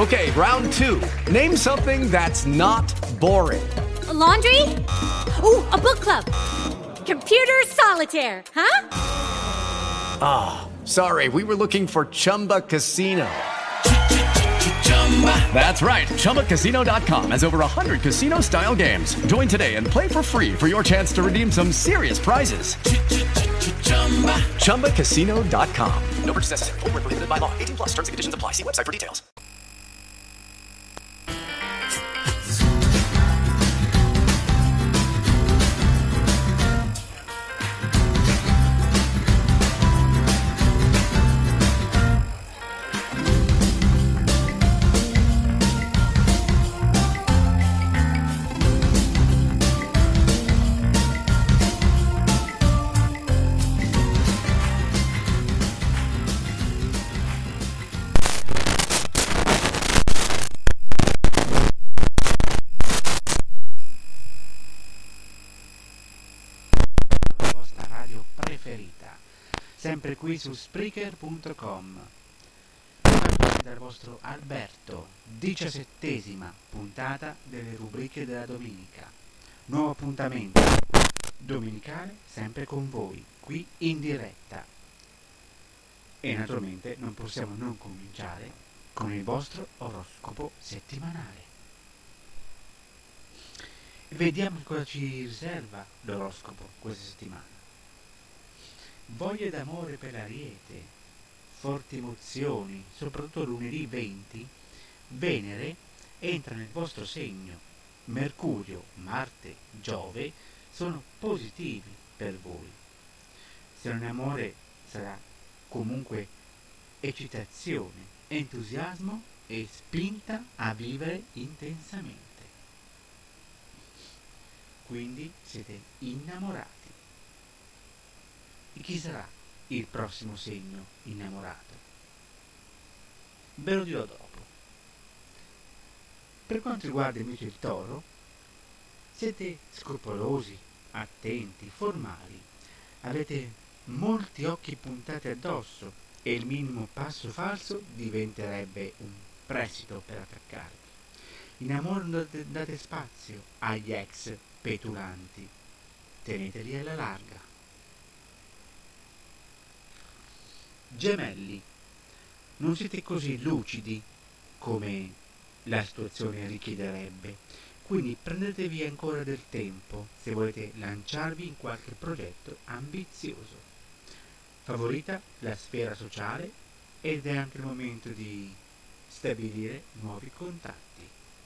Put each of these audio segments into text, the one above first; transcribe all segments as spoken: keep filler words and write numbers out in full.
Okay, round two. Name something that's not boring. A laundry? Ooh, a book club. Computer solitaire, huh? Ah, oh, sorry, we were looking for Chumba Casino. That's right, Chumba Casino dot com has over one hundred casino-style games. Join today and play for free for your chance to redeem some serious prizes. Chumba Casino dot com. No purchase necessary. Void where prohibited by law. eighteen plus terms and conditions apply. See website for details. Sempre qui su Spreaker punto com. Parliamo dal vostro Alberto, diciassettesima puntata delle rubriche della domenica. Nuovo appuntamento domenicale sempre con voi, qui in diretta. E naturalmente non possiamo non cominciare con il vostro oroscopo settimanale. Vediamo cosa ci riserva l'oroscopo questa settimana. Voglia d'amore per l'Ariete, forti emozioni, soprattutto lunedì venti, Venere entra nel vostro segno, Mercurio, Marte, Giove sono positivi per voi. Se non è amore sarà comunque eccitazione, entusiasmo e spinta a vivere intensamente. Quindi siete innamorati. E chi sarà il prossimo segno innamorato? Ve lo dirò dopo. Per quanto riguarda invece il Toro, siete scrupolosi, attenti, formali, avete molti occhi puntati addosso e il minimo passo falso diventerebbe un prestito per attaccarvi. In amore non date, date spazio agli ex petulanti, teneteli alla larga. Gemelli, non siete così lucidi come la situazione richiederebbe, quindi prendetevi ancora del tempo se volete lanciarvi in qualche progetto ambizioso. Favorita la sfera sociale ed è anche il momento di stabilire nuovi contatti.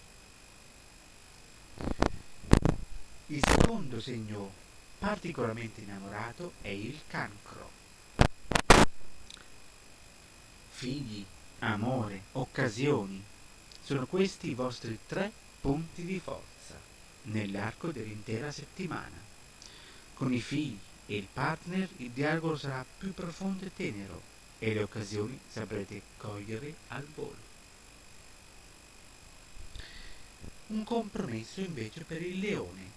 Il secondo segno particolarmente innamorato è il Cancro. Figli, amore, occasioni, sono questi i vostri tre punti di forza nell'arco dell'intera settimana. Con i figli e il partner il dialogo sarà più profondo e tenero e le occasioni saprete cogliere al volo. Un compromesso invece per il Leone.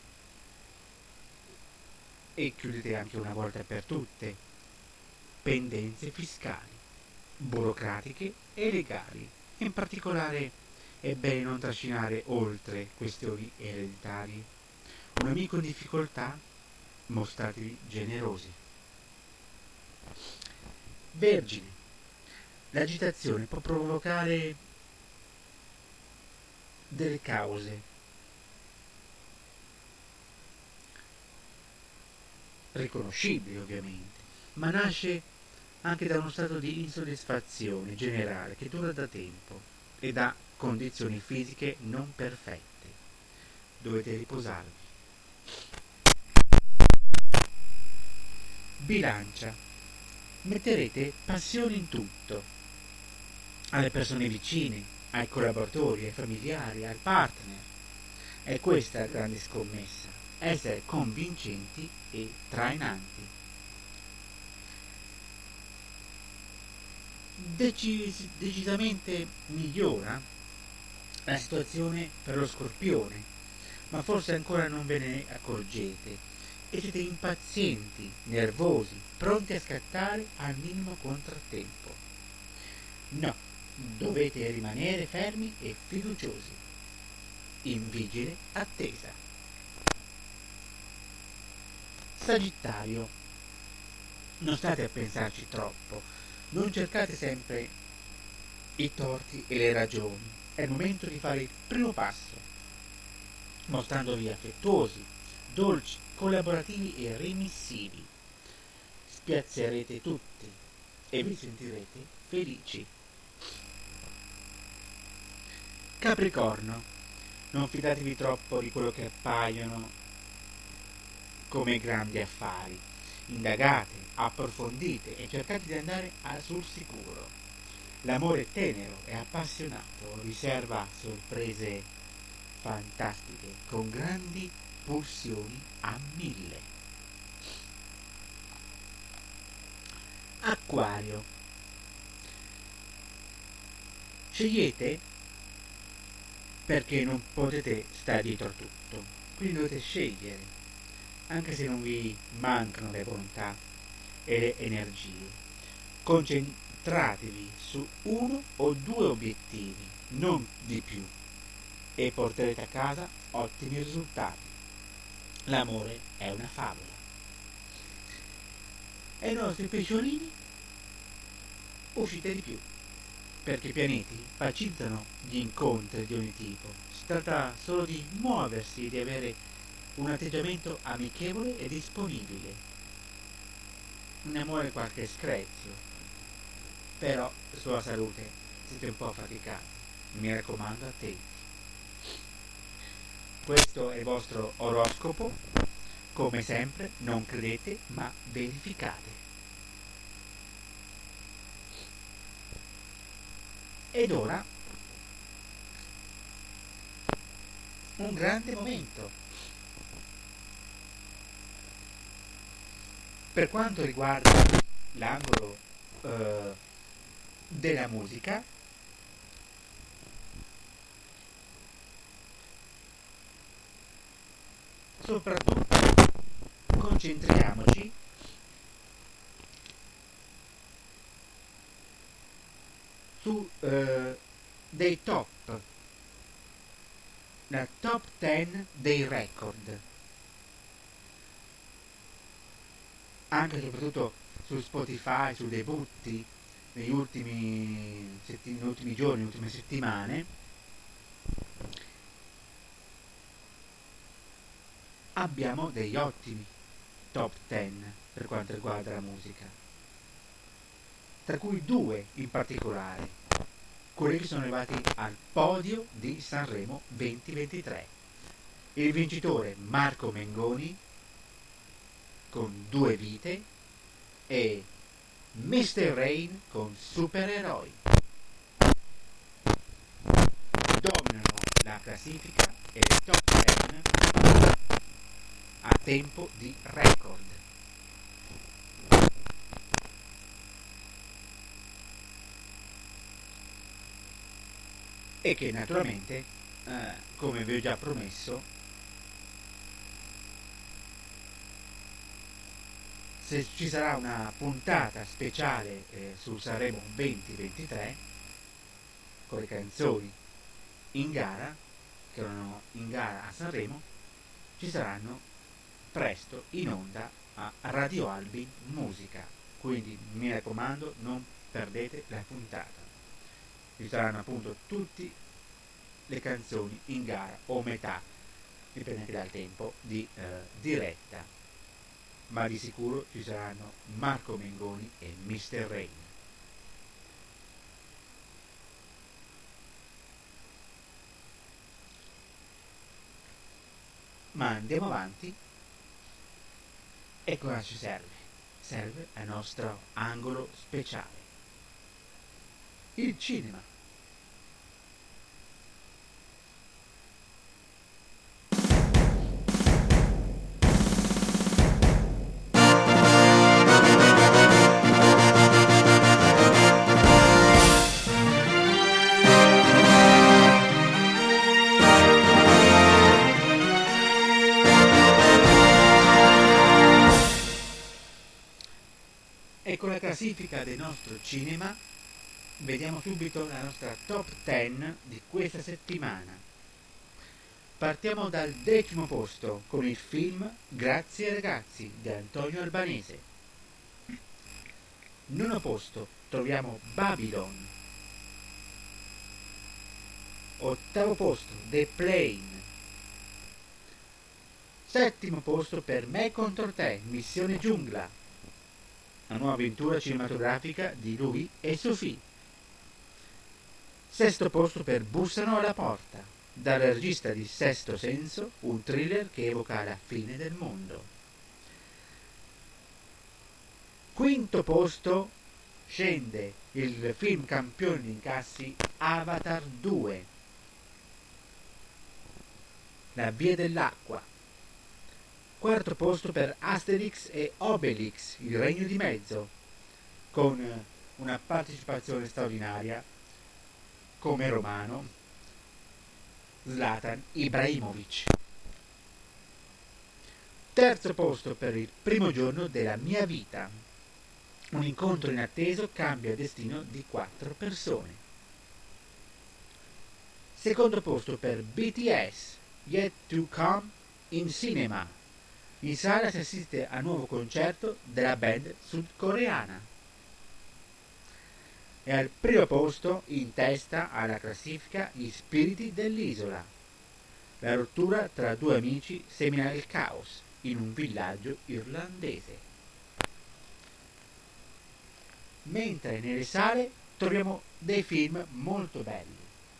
E chiudete anche una volta per tutte pendenze fiscali, burocratiche e legali. In particolare è bene non trascinare oltre questioni ereditarie. Un amico in difficoltà? Mostratevi generosi. Vergine, l'agitazione può provocare delle cause riconoscibili ovviamente, ma nasce anche da uno stato di insoddisfazione generale che dura da tempo e da condizioni fisiche non perfette. Dovete riposarvi. Bilancia, metterete passione in tutto, alle persone vicine, ai collaboratori, ai familiari, al partner. È questa la grande scommessa, essere convincenti e trainanti. Decis- decisamente migliora la situazione per lo Scorpione, ma forse ancora non ve ne accorgete e siete impazienti, nervosi, pronti a scattare al minimo contrattempo. No, dovete rimanere fermi e fiduciosi, in vigile attesa. Sagittario, non state a pensarci troppo, non cercate sempre i torti e le ragioni, è il momento di fare il primo passo, mostrandovi affettuosi, dolci, collaborativi e remissivi. Spiazzerete tutti e vi sentirete felici. Capricorno, non fidatevi troppo di quello che appaiono come grandi affari. Indagate, approfondite e cercate di andare sul sicuro. L'amore tenero e appassionato riserva sorprese fantastiche con grandi pulsioni a mille. Acquario, scegliete perché non potete stare dietro a tutto, quindi dovete scegliere, anche se non vi mancano le volontà e le energie. Concentratevi su uno o due obiettivi, non di più, e porterete a casa ottimi risultati. L'amore è una favola. E i nostri pesciolini, uscite di più, perché i pianeti facilitano gli incontri di ogni tipo. Si tratta solo di muoversi e di avere un atteggiamento amichevole e disponibile. Un amore qualche screzio, però sulla salute siete un po' affaticati, mi raccomando, attenti. Questo è il vostro oroscopo, come sempre non credete ma verificate. Ed ora un grande momento per quanto riguarda l'angolo eh, della musica. Soprattutto concentriamoci su eh, dei top, la top dieci dei record, anche e soprattutto su Spotify, su debutti negli ultimi, setti, negli ultimi giorni, nelle ultime settimane. Abbiamo degli ottimi top dieci per quanto riguarda la musica, tra cui due in particolare, quelli che sono arrivati al podio di Sanremo duemilaventitré. Il vincitore Marco Mengoni con Due vite e mister Rain con Supereroi. Dominano la classifica e le top dieci a tempo di record. E che naturalmente, eh, come vi ho già promesso, se ci sarà una puntata speciale eh, sul Sanremo duemilaventitré, con le canzoni in gara, che erano in gara a Sanremo, ci saranno presto in onda a Radio Albi Musica, quindi mi raccomando non perdete la puntata. Ci saranno appunto tutte le canzoni in gara o metà, dipende anche dal tempo di eh, diretta, ma di sicuro ci saranno Marco Mengoni e mister Rain. Ma andiamo avanti. E cosa ci serve? Serve al nostro angolo speciale, il cinema. E con la classifica del nostro cinema vediamo subito la nostra top dieci di questa settimana. Partiamo dal decimo posto con il film Grazie ragazzi di Antonio Albanese. Nono posto troviamo Babylon. Ottavo posto The Plane. Settimo posto per Me contro te, Missione Giungla, una nuova avventura cinematografica di lui e Sophie. Sesto posto per Bussano alla porta, dal regista di Sesto Senso, un thriller che evoca la fine del mondo. Quinto posto scende il film campione di incassi Avatar due, La via dell'acqua. Quarto posto per Asterix e Obelix, il regno di mezzo, con una partecipazione straordinaria come romano Zlatan Ibrahimovic. Terzo posto per Il primo giorno della mia vita, un incontro inatteso cambia il destino di quattro persone. Secondo posto per B T S, Yet to Come in Cinema. In sala si assiste a un nuovo concerto della band sudcoreana. E al primo posto, in testa alla classifica, Gli spiriti dell'isola. La rottura tra due amici semina il caos in un villaggio irlandese. Mentre nelle sale troviamo dei film molto belli.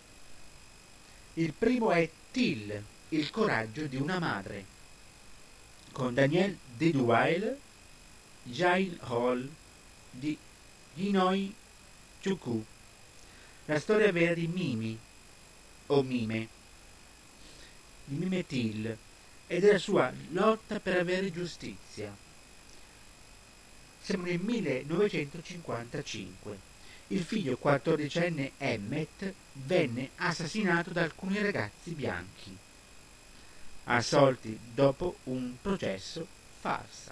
Il primo è Till, il coraggio di una madre, con Daniel Deduail, Jail Hall di Hinoi Chuku, la storia vera di Mimi, o Mime, di Mime Till, e della sua lotta per avere giustizia. Siamo nel millenovecentocinquantacinque. Il figlio quattordicenne Emmet venne assassinato da alcuni ragazzi bianchi, assolti dopo un processo farsa.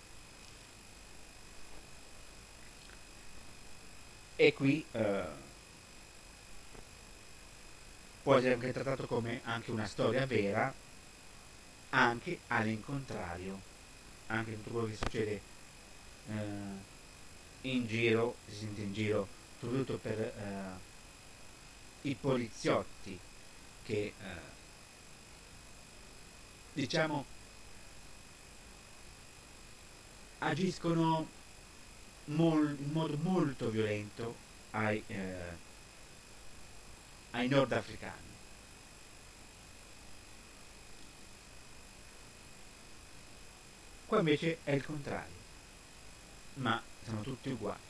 E qui eh, può essere anche trattato come anche una storia vera, anche all'incontrario, anche tutto quello che succede eh, in giro, si sente in giro, soprattutto per eh, i poliziotti che eh, diciamo agiscono mol, in modo molto violento ai, eh, ai nordafricani. Qua invece è il contrario, ma sono tutti uguali.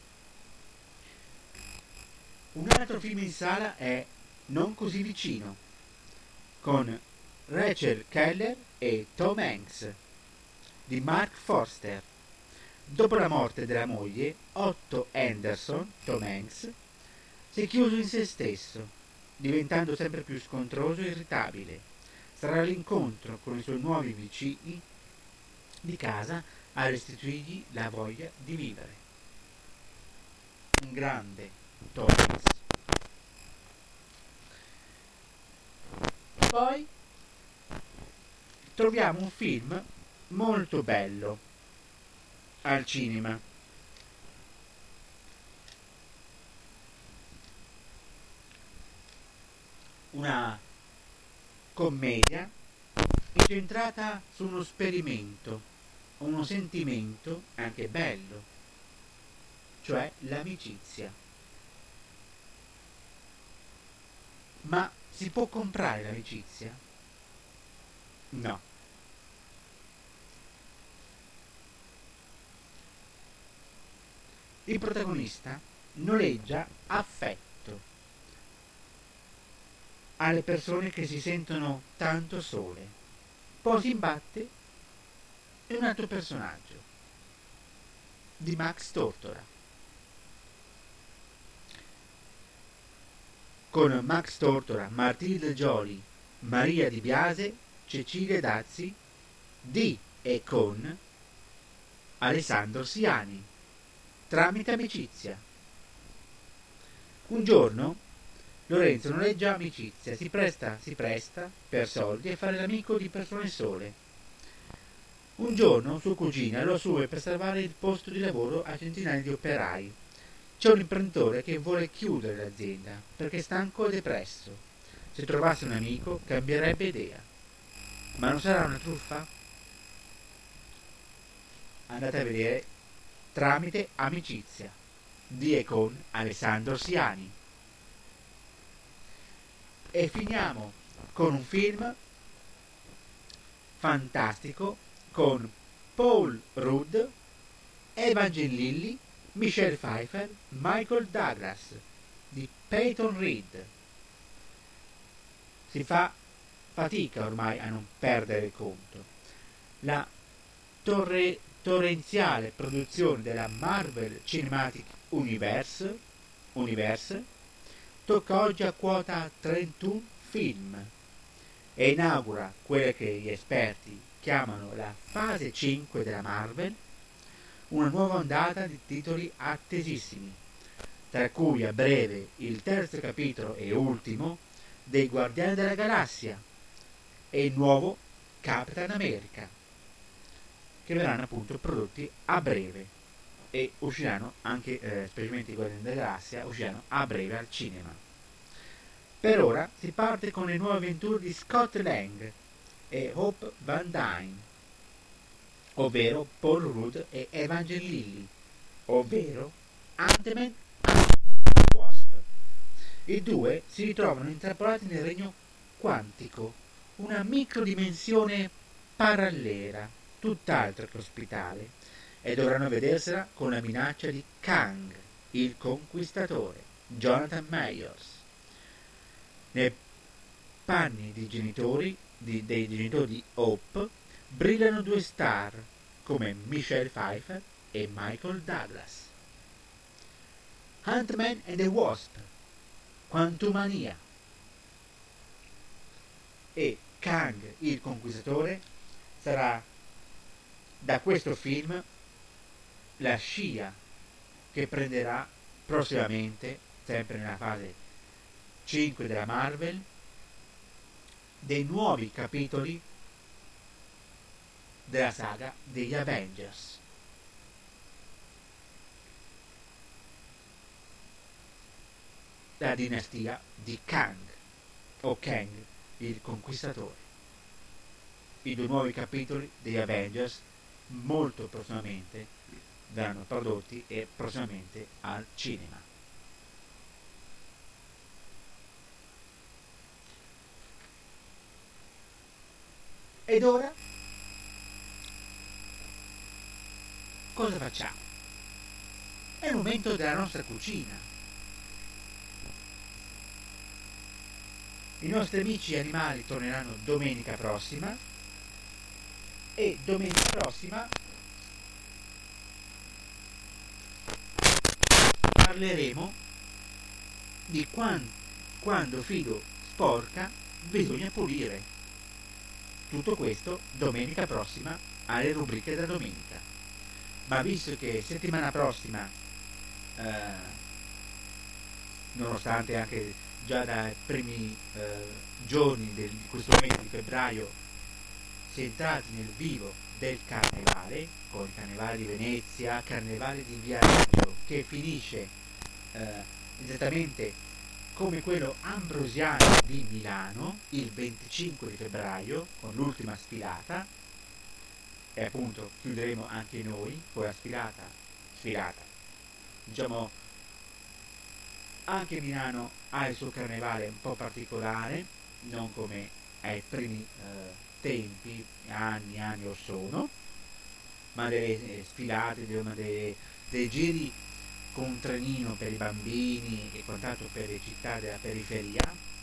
Un altro film in sala è Non così vicino, con Rachel Keller e Tom Hanks, di Mark Forster. Dopo la morte della moglie, Otto Anderson, Tom Hanks, si è chiuso in se stesso, diventando sempre più scontroso e irritabile. Sarà l'incontro con i suoi nuovi vicini di casa a restituirgli la voglia di vivere. Un grande Tom Hanks. Poi troviamo un film molto bello al cinema. Una commedia incentrata su uno esperimento, uno sentimento anche bello, cioè l'amicizia. Ma si può comprare l'amicizia? No. Il protagonista noleggia affetto alle persone che si sentono tanto sole. Poi si imbatte in un altro personaggio, di Max Tortora, con Max Tortora, Matilde Gioli, Maria Di Biase, Cecilia Dazzi, di e con Alessandro Siani, tramite amicizia. Un giorno Lorenzo noleggia amicizia, si presta, si presta per soldi a fare l'amico di persone sole. Un giorno sua cugina lo assume per salvare il posto di lavoro a centinaia di operai. C'è un imprenditore che vuole chiudere l'azienda perché è stanco e depresso. Se trovasse un amico cambierebbe idea. Ma non sarà una truffa? Andate a vedere Tramite amicizia di e con Alessandro Siani. E finiamo con un film fantastico con Paul Rudd, Evangeline, Michelle Pfeiffer, Michael Douglas di Peyton Reed. Si fa fatica ormai a non perdere il conto. La torre, torrenziale produzione della Marvel Cinematic Universe, Universe tocca oggi a quota trentuno film e inaugura quelle che gli esperti chiamano la fase cinque della Marvel, una nuova ondata di titoli attesissimi, tra cui a breve il terzo capitolo e ultimo dei Guardiani della Galassia e il nuovo Capitan America, che verranno appunto prodotti a breve e usciranno anche, eh, specialmente i Guardiani della Galassia, usciranno a breve al cinema. Per ora si parte con le nuove avventure di Scott Lang e Hope Van Dyne, ovvero Paul Rudd e Evangeline, ovvero Ant-Man e Wasp. I due si ritrovano intrappolati nel regno quantico, una microdimensione parallela, tutt'altro che ospitale, e dovranno vedersela con la minaccia di Kang, il conquistatore, Jonathan Majors. Nei panni di genitori, di, dei genitori di Hope brillano due star come Michelle Pfeiffer e Michael Douglas. Ant-Man and the Wasp, Quantumania, e Kang il conquistatore sarà da questo film la scia che prenderà prossimamente, sempre nella fase cinque della Marvel, dei nuovi capitoli della saga degli Avengers. La dinastia di Kang o Kang il conquistatore. I due nuovi capitoli degli Avengers molto prossimamente verranno prodotti e prossimamente al cinema. Ed ora cosa facciamo? È il momento della nostra cucina. I nostri amici animali torneranno domenica prossima e domenica prossima parleremo di quando, quando Fido sporca bisogna pulire. Tutto questo domenica prossima alle rubriche da domenica. Ma visto che settimana prossima, eh, nonostante anche già dai primi eh, giorni del, di questo mese di febbraio si è entrati nel vivo del carnevale, con il carnevale di Venezia, carnevale di Viareggio, che finisce eh, esattamente come quello ambrosiano di Milano il venticinque di febbraio con l'ultima sfilata, e appunto chiuderemo anche noi con la sfilata sfilata diciamo anche Milano ha il suo carnevale un po' particolare, non come ai primi eh, tempi, anni anni or sono, ma delle eh, sfilate, dei, dei giri con un trenino per i bambini e quant'altro per le città della periferia,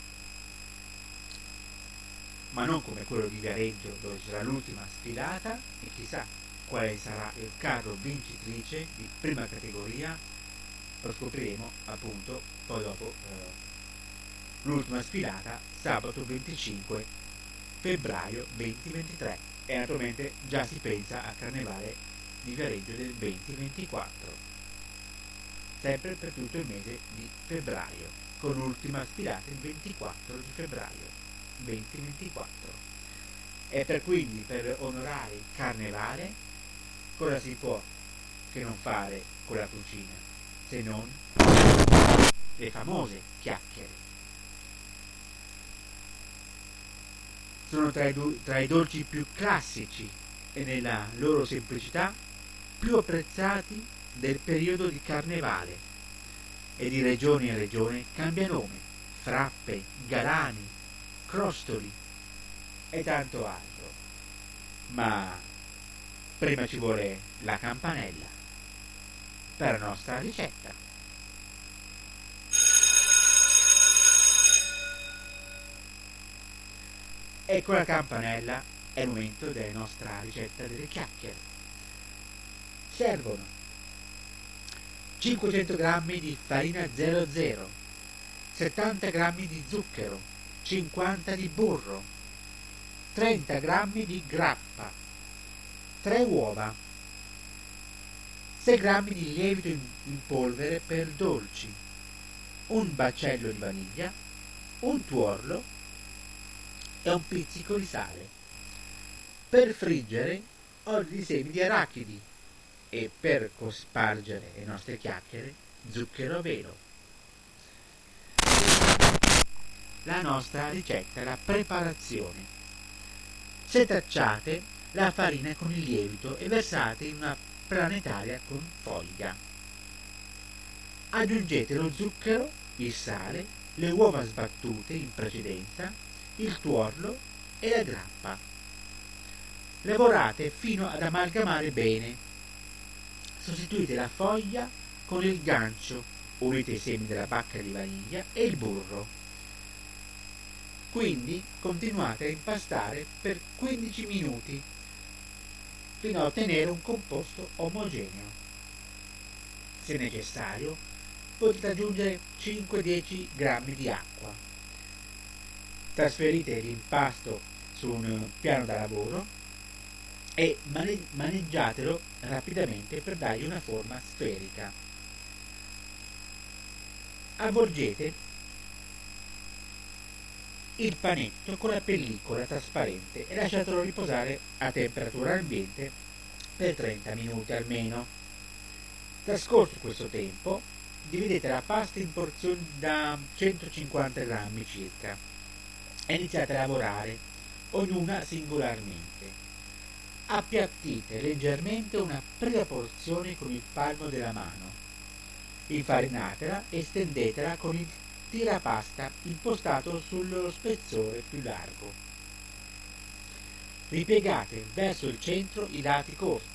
ma non come quello di Viareggio dove ci sarà l'ultima sfilata e chissà quale sarà il carro vincitrice di prima categoria. Lo scopriremo appunto poi dopo eh, l'ultima sfilata sabato venticinque febbraio duemilaventitré, e naturalmente già si pensa al carnevale di Viareggio del duemilaventiquattro. sempre per tutto il mese di febbraio, con l'ultima aspirata il ventiquattro di febbraio duemilaventiquattro. E per quindi, per onorare il carnevale, cosa si può che non fare con la cucina, se non le famose chiacchiere. Sono tra i, du- tra i dolci più classici e nella loro semplicità più apprezzati del periodo di carnevale, e di regione in regione cambia nome: frappe, galani, crostoli e tanto altro. Ma prima ci vuole la campanella per la nostra ricetta. Ecco la campanella, è il momento della nostra ricetta delle chiacchiere. Servono cinquecento grammi di farina zero zero, settanta grammi di zucchero, cinquanta di burro, trenta grammi di grappa, tre uova, sei grammi di lievito in, in polvere per dolci, un baccello di vaniglia, un tuorlo e un pizzico di sale. Per friggere olio di semi di arachidi e per cospargere le nostre chiacchiere zucchero a velo. La nostra ricetta, la preparazione: setacciate la farina con il lievito e versate in una planetaria con foglia. Aggiungete lo zucchero, il sale, le uova sbattute in precedenza, il tuorlo e la grappa. Lavorate fino ad amalgamare bene. Sostituite la foglia con il gancio, unite i semi della bacca di vaniglia e il burro. Quindi continuate a impastare per quindici minuti fino a ottenere un composto omogeneo. Se necessario, potete aggiungere cinque dieci grammi di acqua. Trasferite l'impasto su un piano da lavoro e mane- maneggiatelo rapidamente per dargli una forma sferica. Avvolgete il panetto con la pellicola trasparente e lasciatelo riposare a temperatura ambiente per trenta minuti almeno. Trascorso questo tempo, dividete la pasta in porzioni da centocinquanta grammi circa e iniziate a lavorare, ognuna singolarmente. Appiattite leggermente una prima porzione con il palmo della mano, infarinatela e stendetela con il tirapasta impostato sullo spessore più largo. Ripiegate verso il centro i lati corti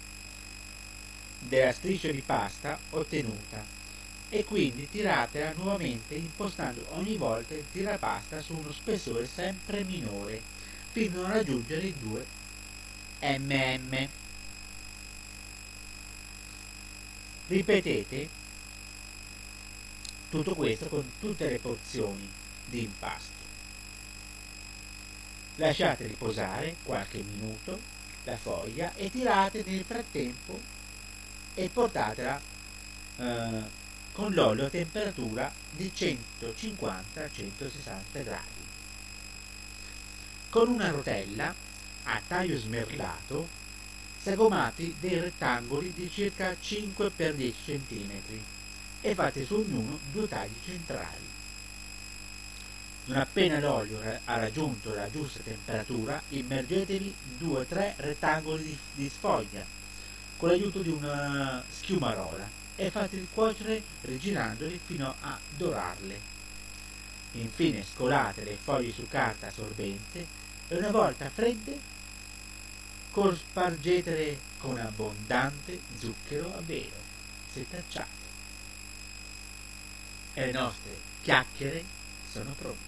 della striscia di pasta ottenuta e quindi tiratela nuovamente impostando ogni volta il tirapasta su uno spessore sempre minore fino a raggiungere i due millimetri. Ripetete tutto questo con tutte le porzioni di impasto. Lasciate riposare qualche minuto la foglia e tirate nel frattempo e portatela eh, con l'olio a temperatura di centocinquanta a centosessanta gradi. Con una rotella a taglio smerlato sagomate dei rettangoli di circa cinque per dieci centimetri e fate su ognuno due tagli centrali. Non appena l'olio ha raggiunto la giusta temperatura, immergetevi due o tre rettangoli di, di sfoglia con l'aiuto di una schiumarola e fateli cuocere rigirandoli fino a dorarle. Infine scolate le foglie su carta assorbente e una volta fredde cospargetele con abbondante zucchero a velo setacciato. E le nostre chiacchiere sono pronte.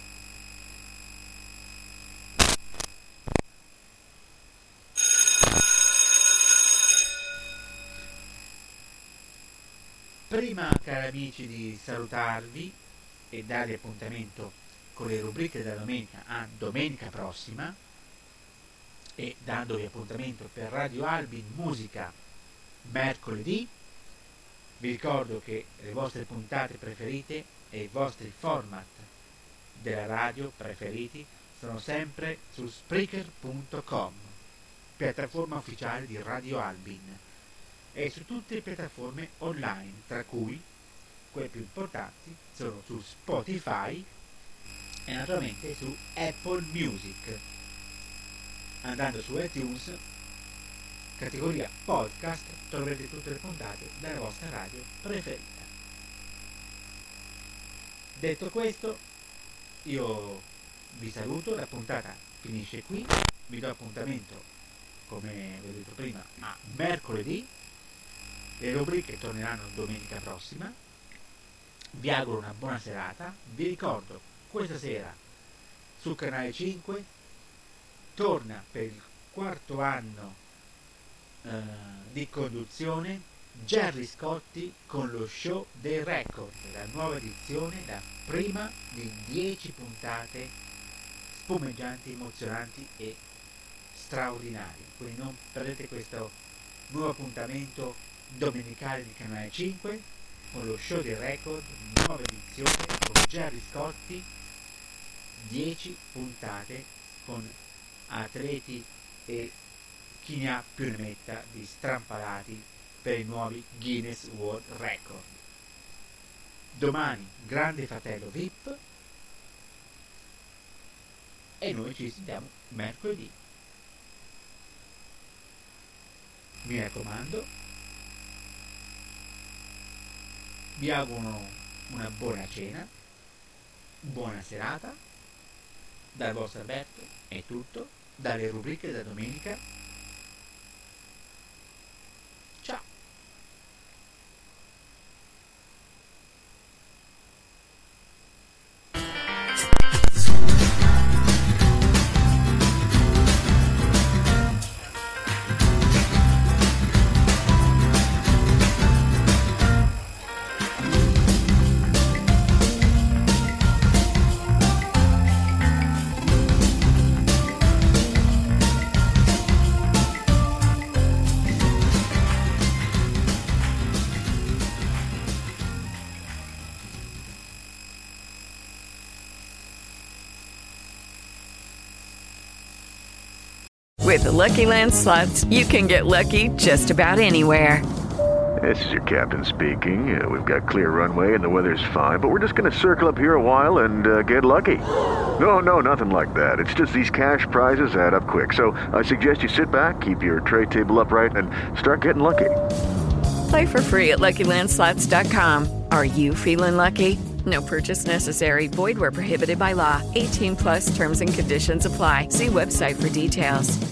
Prima, cari amici, di salutarvi e darvi appuntamento con le rubriche della domenica a domenica prossima e dandovi appuntamento per Radio Albi Musica mercoledì, Vi ricordo che le vostre puntate preferite e i vostri format della radio preferiti sono sempre su Spreaker punto com, piattaforma ufficiale di Radio Albin, e su tutte le piattaforme online, tra cui quelle più importanti sono su Spotify e naturalmente su Apple Music. Andando su iTunes, categoria podcast, troverete tutte le puntate della vostra radio preferita. Detto questo, io vi saluto, la puntata finisce qui, vi do appuntamento, come vi ho detto prima, a mercoledì. Le rubriche torneranno domenica prossima. Vi auguro una buona serata. Vi ricordo, questa sera sul canale cinque torna per il quarto anno eh, di conduzione Gerry Scotti con lo show dei record, la nuova edizione, la prima di dieci puntate spumeggianti, emozionanti e straordinarie. Quindi non perdete questo nuovo appuntamento domenicale di canale cinque con lo show dei record, nuova edizione con Gerry Scotti, dieci puntate con atleti e chi ne ha più ne metta di strampalati per i nuovi Guinness World Record. Domani Grande Fratello V I P e noi ci sentiamo mercoledì. Mi raccomando, vi auguro una buona cena, buona serata. Dal vostro Alberto è tutto, dalle rubriche da domenica. Ciao! With the Lucky Land Slots, you can get lucky just about anywhere. This is your captain speaking. Uh, we've got clear runway and the weather's fine, but we're just going to circle up here a while and uh, get lucky. No, no, nothing like that. It's just these cash prizes add up quick. So I suggest you sit back, keep your tray table upright, and start getting lucky. Play for free at Lucky Land Slots dot com. Are you feeling lucky? No purchase necessary. Void where prohibited by law. eighteen plus terms and conditions apply. See website for details.